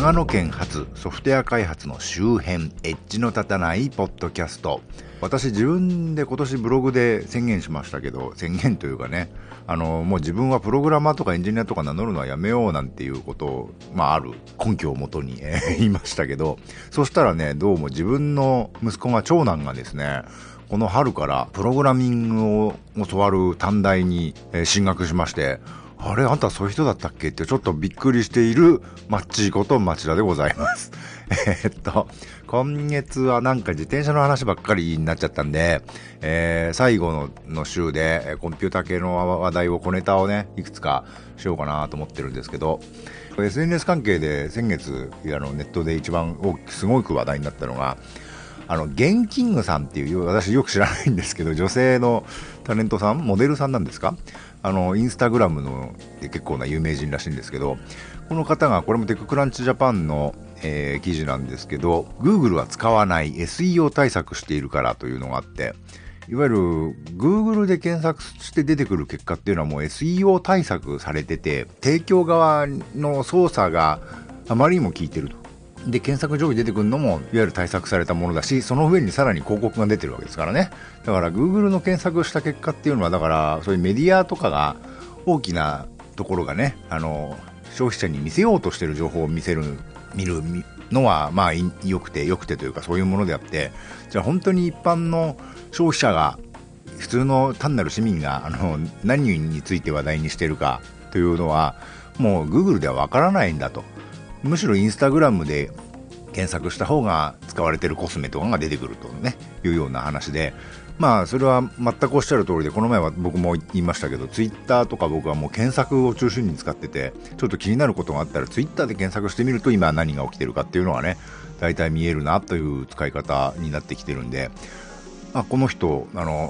長野県発ソフトウェア開発の周辺エッジの立たないポッドキャスト。私自分で今年ブログで宣言しましたけど、宣言というかね、もう自分はプログラマーとかエンジニアとか名乗るのはやめようなんていうことを、ある根拠をもとに、言いましたけど、そしたらね、どうも自分の息子が長男がですね、この春からプログラミングを教わる短大に進学しまして、あれあんたそういう人だったっけってちょっとびっくりしているマッチーこと町田でございます。今月はなんか自転車の話ばっかりになっちゃったんで、最後の週でコンピューター系の話題を小ネタをねいくつかしようかなと思ってるんですけど、 SNS 関係で先月ネットで一番すごく話題になったのがゲンキングさんっていう、私よく知らないんですけど、女性のタレントさん、モデルさんなんですか、インスタグラムので結構な有名人らしいんですけど、この方が、これもテッククランチジャパンの、記事なんですけど、 Google は使わない SEO 対策しているからというのがあって、いわゆる Google で検索して出てくる結果っていうのはもう SEO 対策されてて、提供側の操作があまりにも効いてると。で検索上位出てくるのもいわゆる対策されたものだし、その上にさらに広告が出てるわけですからね。だから Google の検索した結果っていうのは、だからそういうメディアとかが大きなところがね、消費者に見せようとしてる情報を見るのは良くてというか、そういうものであって、じゃあ本当に一般の消費者が、普通の単なる市民が何について話題にしてるかというのはもう Google ではわからないんだと。むしろインスタグラムで検索した方が使われてるコスメとかが出てくるとねいうような話で、それは全くおっしゃる通りで、この前は僕も言いましたけど、ツイッターとか僕はもう検索を中心に使ってて、ちょっと気になることがあったらツイッターで検索してみると今何が起きてるかっていうのがね大体見えるなという使い方になってきてるんで、この人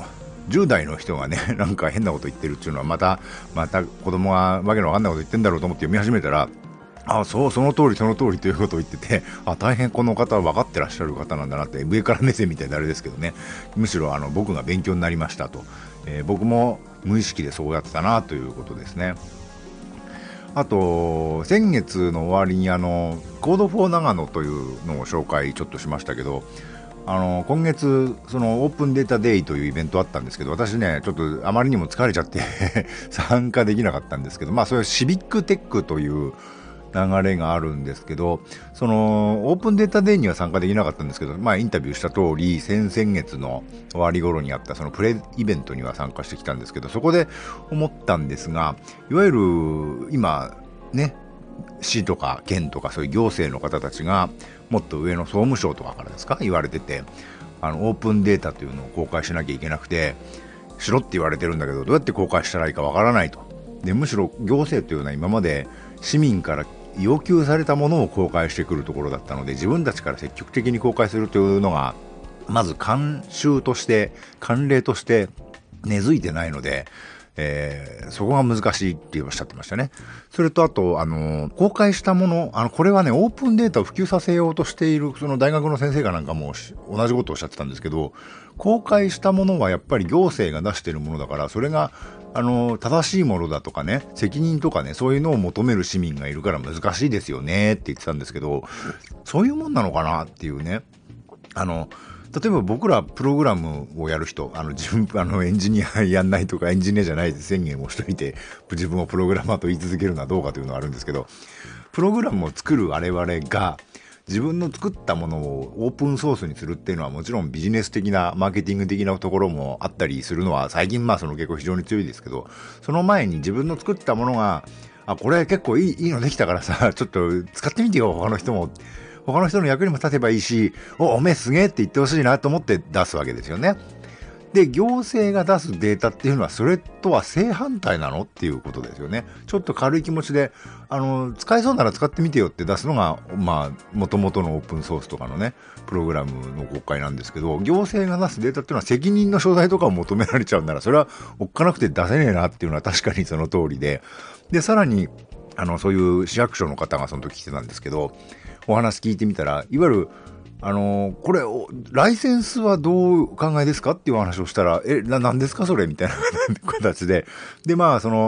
10代の人がねなんか変なこと言ってるっていうのはまた子供がわけのわかんないこと言ってんだろうと思って読み始めたら、その通りということを言ってて、大変この方は分かってらっしゃる方なんだなって、上から目線みたいであれですけどね、むしろ僕が勉強になりましたと、僕も無意識でそうやってたなということですね。あと先月の終わりにコードフォー長野というのを紹介ちょっとしましたけど、今月そのオープンデータデイというイベントあったんですけど、私ねちょっとあまりにも疲れちゃって参加できなかったんですけど、そういうシビックテックという流れがあるんですけど、そのオープンデータデーには参加できなかったんですけど、インタビューした通り先々月の終わり頃にあったそのプレイベントには参加してきたんですけど、そこで思ったんですが、いわゆる今ね市とか県とかそういう行政の方たちがもっと上の総務省とかからですか言われてて、オープンデータというのを公開しなきゃいけなくて、しろって言われてるんだけど、どうやって公開したらいいかわからないと。でむしろ行政というのは今まで市民から要求されたものを公開してくるところだったので、自分たちから積極的に公開するというのがまず慣例として根付いてないので、そこが難しいっておっしゃってましたね。それとあと公開したもの、これはねオープンデータを普及させようとしているその大学の先生がなんかも同じことをおっしゃってたんですけど、公開したものはやっぱり行政が出しているものだから、それが正しいものだとかね、責任とかね、そういうのを求める市民がいるから難しいですよねって言ってたんですけど、そういうもんなのかなっていうね。例えば僕らプログラムをやる人、自分エンジニアやんないとかエンジニアじゃないで宣言をしといて自分をプログラマーと言い続けるのはどうかというのがあるんですけど、プログラムを作る我々が自分の作ったものをオープンソースにするっていうのはもちろんビジネス的なマーケティング的なところもあったりするのは最近その結構非常に強いですけど、その前に自分の作ったものがこれ結構いいのできたからさちょっと使ってみてよ、他の人の役にも立てばいいし、おめえすげえって言ってほしいなと思って出すわけですよね。で行政が出すデータっていうのはそれとは正反対なのっていうことですよね。ちょっと軽い気持ちで使えそうなら使ってみてよって出すのが元々のオープンソースとかのねプログラムの公開なんですけど、行政が出すデータっていうのは責任の所在とかを求められちゃうなら、それはおっかなくて出せねえなっていうのは確かにその通りで、さらにそういう市役所の方がその時来てたんですけど、お話聞いてみたら、いわゆるこれライセンスはどうお考えですかっていう話をしたら、何ですかそれみたいな形で、その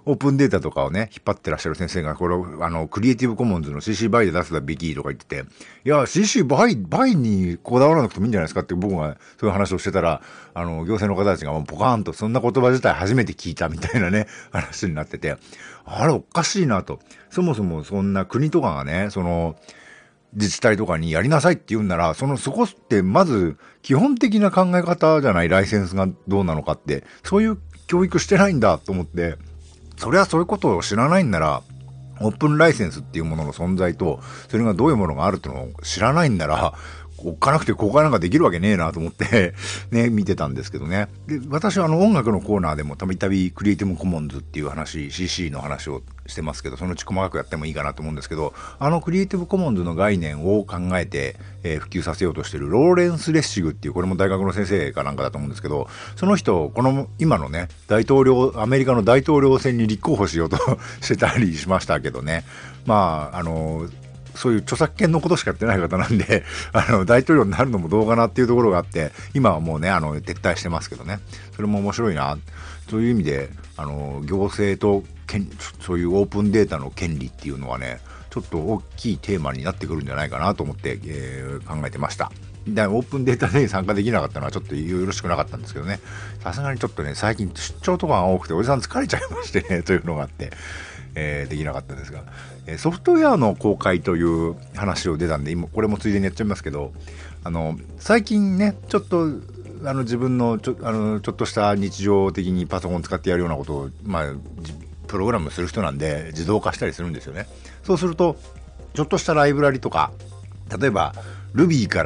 オープンデータとかをね、引っ張ってらっしゃる先生が、これを、クリエイティブコモンズの CC バイで出すべきとか言ってて、いや、CC バイにこだわらなくてもいいんじゃないですかって僕がそういう話をしてたら、行政の方たちがもうポカーンと、そんな言葉自体初めて聞いたみたいなね、話になってて、あれおかしいなと。そもそもそんな国とかがね、自治体とかにやりなさいって言うんなら、そこってまず基本的な考え方じゃない、ライセンスがどうなのかって、そういう教育してないんだと思って、それはそういうことを知らないんなら、オープンライセンスっていうものの存在と、それがどういうものがあるっていうのを知らないんなら、おっかなくて公開なんかできるわけねえなと思ってね、見てたんですけどね。で、私は音楽のコーナーでもたびたびクリエイティブコモンズっていう話、CC の話をしてますけど、そのうち細かくやってもいいかなと思うんですけど、クリエイティブコモンズの概念を考えて、普及させようとしているローレンス・レッシグっていう、これも大学の先生かなんかだと思うんですけど、その人、今のね、アメリカの大統領選に立候補しようとしてたりしましたけどね。まあ、そういう著作権のことしかやってない方なんで、大統領になるのもどうかなっていうところがあって、今はもうね、撤退してますけどね。それも面白いな。そういう意味で、行政とそういうオープンデータの権利っていうのはね、ちょっと大きいテーマになってくるんじゃないかなと思って、考えてました。で、オープンデータで参加できなかったのはちょっとよろしくなかったんですけどね。さすがにちょっとね、最近出張とかが多くておじさん疲れちゃいましてね、というのがあって。できなかったですが、ソフトウェアの公開という話を出たんで、今これもついでにやっちゃいますけど、最近ね、ちょっと自分のちょっとした日常的にパソコン使ってやるようなことを、プログラムする人なんで自動化したりするんですよね。そうするとちょっとしたライブラリとか、例えば Ruby から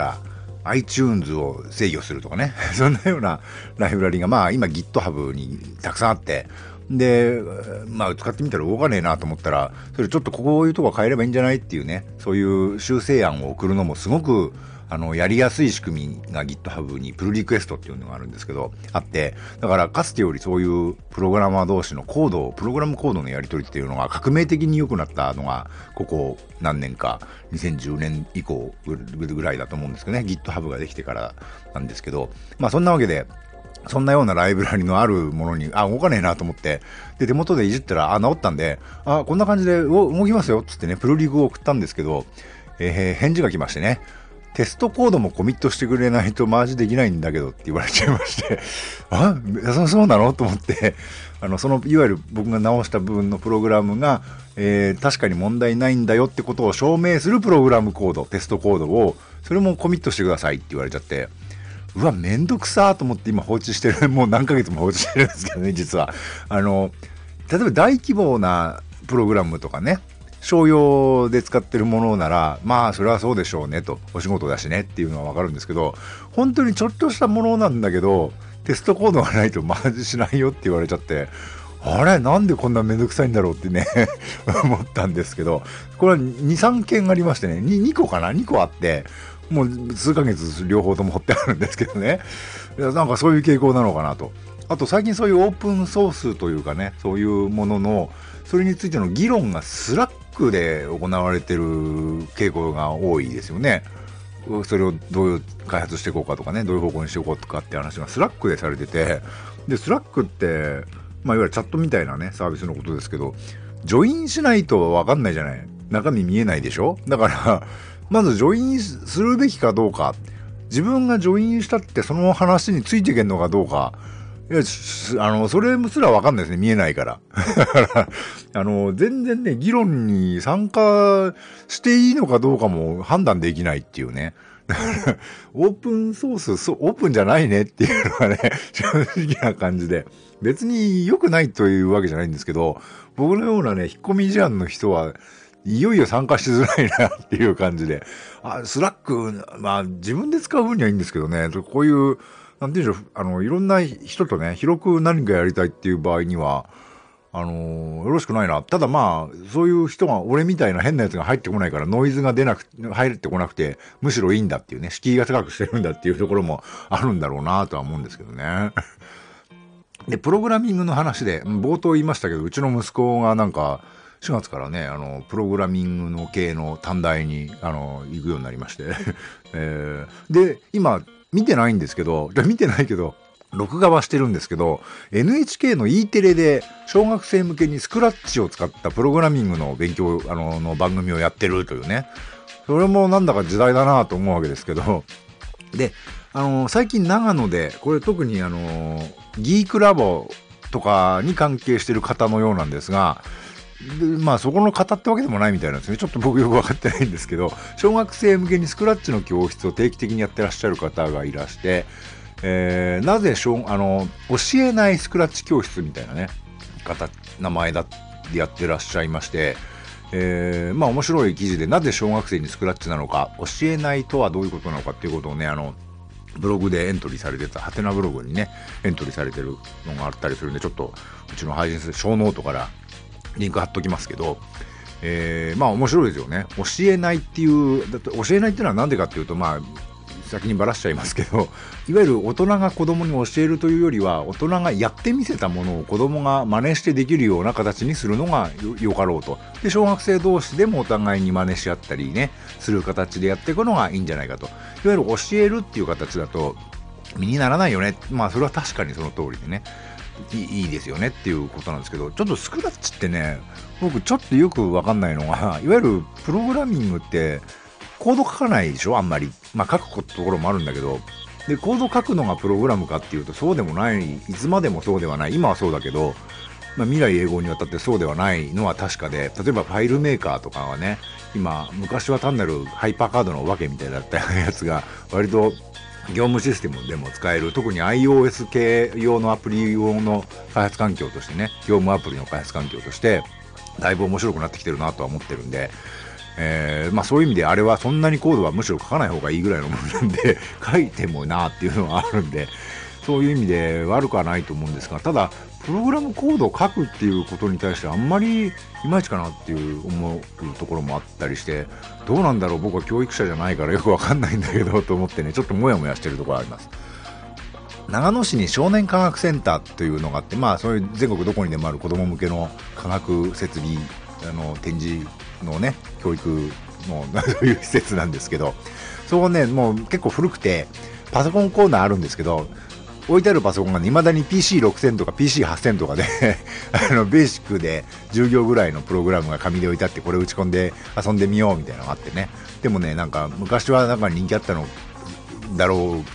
iTunes を制御するとかねそんなようなライブラリが今 GitHub にたくさんあって、で、使ってみたら動かねえなと思ったら、それちょっとこういうとこ変えればいいんじゃないっていうね、そういう修正案を送るのもすごくやりやすい仕組みが GitHub にプルリクエストっていうのがあるんですけど、あって、だからかつてよりそういうプログラマー同士のプログラムコードのやり取りっていうのが革命的に良くなったのが、ここ何年か、2010年以降ぐらいだと思うんですけどね、GitHub ができてからなんですけど、そんなわけで、そんなようなライブラリのあるものに、動かねえなと思って、で、手元でいじったら、治ったんで、こんな感じで動きますよ、つってね、プルリグを送ったんですけど、返事が来ましてね、テストコードもコミットしてくれないとマージできないんだけどって言われちゃいましてそうなのと思っていわゆる僕が直した部分のプログラムが、確かに問題ないんだよってことを証明するプログラムコード、テストコードをそれもコミットしてくださいって言われちゃって、うわめんどくさーと思って今放置してるもう何ヶ月も放置してるんですけどね、実は例えば大規模なプログラムとかね、商用で使ってるものならそれはそうでしょうねと、お仕事だしねっていうのはわかるんですけど、本当にちょっとしたものなんだけどテストコードがないとマージしないよって言われちゃって、あれなんでこんなめんどくさいんだろうってね思ったんですけど、これは 2,3 件ありましてね、2個かな、2個あって、もう数ヶ月両方とも掘ってあるんですけどね、なんかそういう傾向なのかなと。あと最近そういうオープンソースというかね、そういうもののそれについての議論がスラックで行われてる傾向が多いですよね。それをどういう開発していこうかとかね、どういう方向にしていこうとかって話がスラックでされてて、でスラックっていわゆるチャットみたいなねサービスのことですけど、ジョインしないと分かんないじゃない、中身見えないでしょ。だからまずジョインするべきかどうか、自分がジョインしたってその話についていけんのかどうか、いやそれすら分かんないですね、見えないから全然ね議論に参加していいのかどうかも判断できないっていうねオープンソース、オープンじゃないねっていうのがね正直な感じで、別に良くないというわけじゃないんですけど、僕のようなね引っ込み思案の人はいよいよ参加しづらいなっていう感じで、スラック自分で使う分にはいいんですけどね、こういうなんていうんでしょう、いろんな人とね広く何かやりたいっていう場合にはよろしくないな。ただそういう人が俺みたいな変なやつが入ってこないから、ノイズが入ってこなくてむしろいいんだっていうね、敷居が高くしてるんだっていうところもあるんだろうなとは思うんですけどねでプログラミングの話で冒頭言いましたけど、うちの息子がなんか4月からねプログラミングの系の短大に行くようになりまして、で今見てないけど録画はしてるんですけど、NHK の E テレで小学生向けにスクラッチを使ったプログラミングの勉強の番組をやってるというね。それもなんだか時代だなと思うわけですけど。で、最近長野で、これ特にギークラボとかに関係してる方のようなんですが、でまあそこの方ってわけでもないみたいなんですね。ちょっと僕よく分かってないんですけど、小学生向けにスクラッチの教室を定期的にやってらっしゃる方がいらして、なぜ教えないスクラッチ教室みたいなね名前でやってらっしゃいまして、まあ面白い記事で、なぜ小学生にスクラッチなのか、教えないとはどういうことなのかっていうことをね、ブログでエントリーされてたハテナブログにねエントリーされてるのがあったりするんで、ちょっとうちの配信する小ノートからリンク貼っときますけど、まあ面白いですよね。教えないっていう、だって教えないっていうのはなんでかっていうと、まあ先にばらしちゃいますけど、いわゆる大人が子供に教えるというよりは、大人がやってみせたものを子供が真似してできるような形にするのがよかろうと。で、小学生同士でもお互いに真似し合ったりねする形でやっていくのがいいんじゃないかと。いわゆる教えるっていう形だと身にならないよね。まあそれは確かにその通りでね、いいですよねっていうことなんですけど、ちょっとスクラッチってね、僕ちょっとよくわかんないのが、いわゆるプログラミングってコード書かないでしょ、あんまり。まあ書くところもあるんだけど、でコード書くのがプログラムかっていうとそうでもない、いつまでもそうではない。今はそうだけど、まあ、未来永劫にわたってそうではないのは確かで、例えばファイルメーカーとかはね、今昔は単なるハイパーカードのお化けみたいだったやつが割と業務システムでも使える、特に iOS 系用のアプリ用の開発環境としてね、業務アプリの開発環境としてだいぶ面白くなってきてるなとは思ってるんで、まあそういう意味であれはそんなにコードはむしろ書かない方がいいぐらいのものなんで書いてもなっていうのはあるんで、そういう意味で悪くはないと思うんですが、ただプログラムコードを書くっていうことに対してあんまりいまいちかなっていう思うところもあったりして、どうなんだろう、僕は教育者じゃないからよくわかんないんだけどと思ってね、ちょっとモヤモヤしてるところあります。長野市に少年科学センターというのがあって、まあそういう全国どこにでもある子ども向けの科学設備展示のね教育のそういう施設なんですけど、そこねもう結構古くてパソコンコーナーあるんですけど、置いてあるパソコンがね、未だに PC6000 とか PC8000 とかでベーシックで10行ぐらいのプログラムが紙で置いてあって、これ打ち込んで遊んでみようみたいなのがあってね。でもね、なんか昔はなんか人気あったのだろうって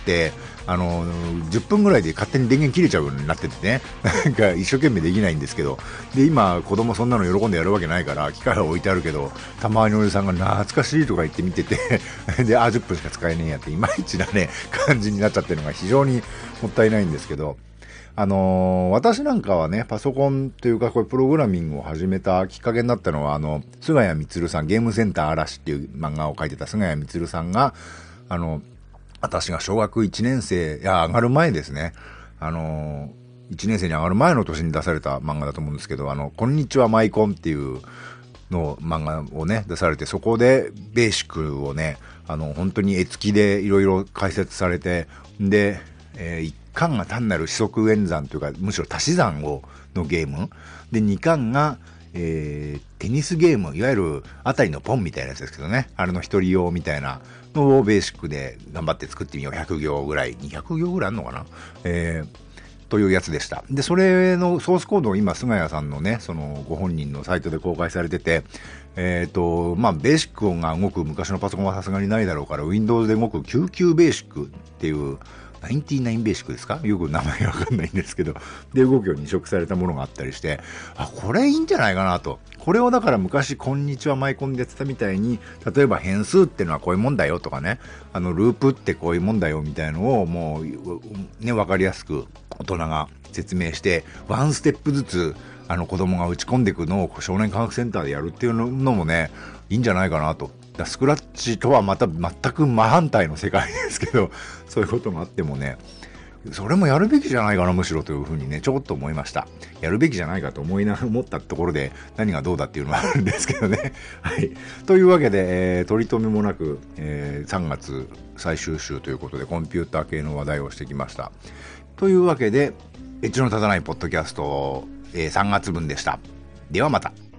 、10分ぐらいで勝手に電源切れちゃうようになっててね、なんか一生懸命できないんですけど、で今子供そんなの喜んでやるわけないから機械は置いてあるけど、たまにおじさんが懐かしいとか言って見ててで10分しか使えねえやっていまいちなね感じになっちゃってるのが非常にもったいないんですけど、私なんかはね、パソコンというかこれプログラミングを始めたきっかけになったのは、菅谷充さん、ゲームセンター嵐っていう漫画を描いてた菅谷充さんが、私が小学1年生、上がる前ですね。1年生に上がる前の年に出された漫画だと思うんですけど、こんにちはマイコンっていうの漫画をね、出されて、そこでベーシックをね、本当に絵付きでいろいろ解説されて、で、1巻が単なる四則演算というか、むしろ足し算のゲーム。で、2巻が、テニスゲーム、いわゆるあたりのポンみたいなやつですけどね、あれの一人用みたいなのをベーシックで頑張って作ってみよう。100行ぐらい、200行ぐらいあるのかな、というやつでした。で、それのソースコードを今、菅谷さんのね、そのご本人のサイトで公開されてて、まあ、ベーシック音が動く昔のパソコンはさすがにないだろうから、Windows で動く99ベーシックっていう、99ベーシックですか、よく名前わかんないんですけど、で、動くように移植されたものがあったりして、これいいんじゃないかなと。これをだから昔、こんにちはマイコンでやってたみたいに、例えば変数ってのはこういうもんだよとかね、ループってこういうもんだよみたいのをもう、ね、わかりやすく大人が説明して、ワンステップずつ、子供が打ち込んでいくのを少年科学センターでやるっていうのもね、いいんじゃないかなと。スクラッチとはまた全く真反対の世界ですけど、そういうことがあってもね、それもやるべきじゃないかな、むしろというふうにね、ちょっと思いました。やるべきじゃないかと思ったところで、何がどうだっていうのはあるんですけどね。はい。というわけで、取り留めもなく、3月最終週ということで、コンピューター系の話題をしてきました。というわけで、エッジの立たないポッドキャスト、3月分でした。ではまた。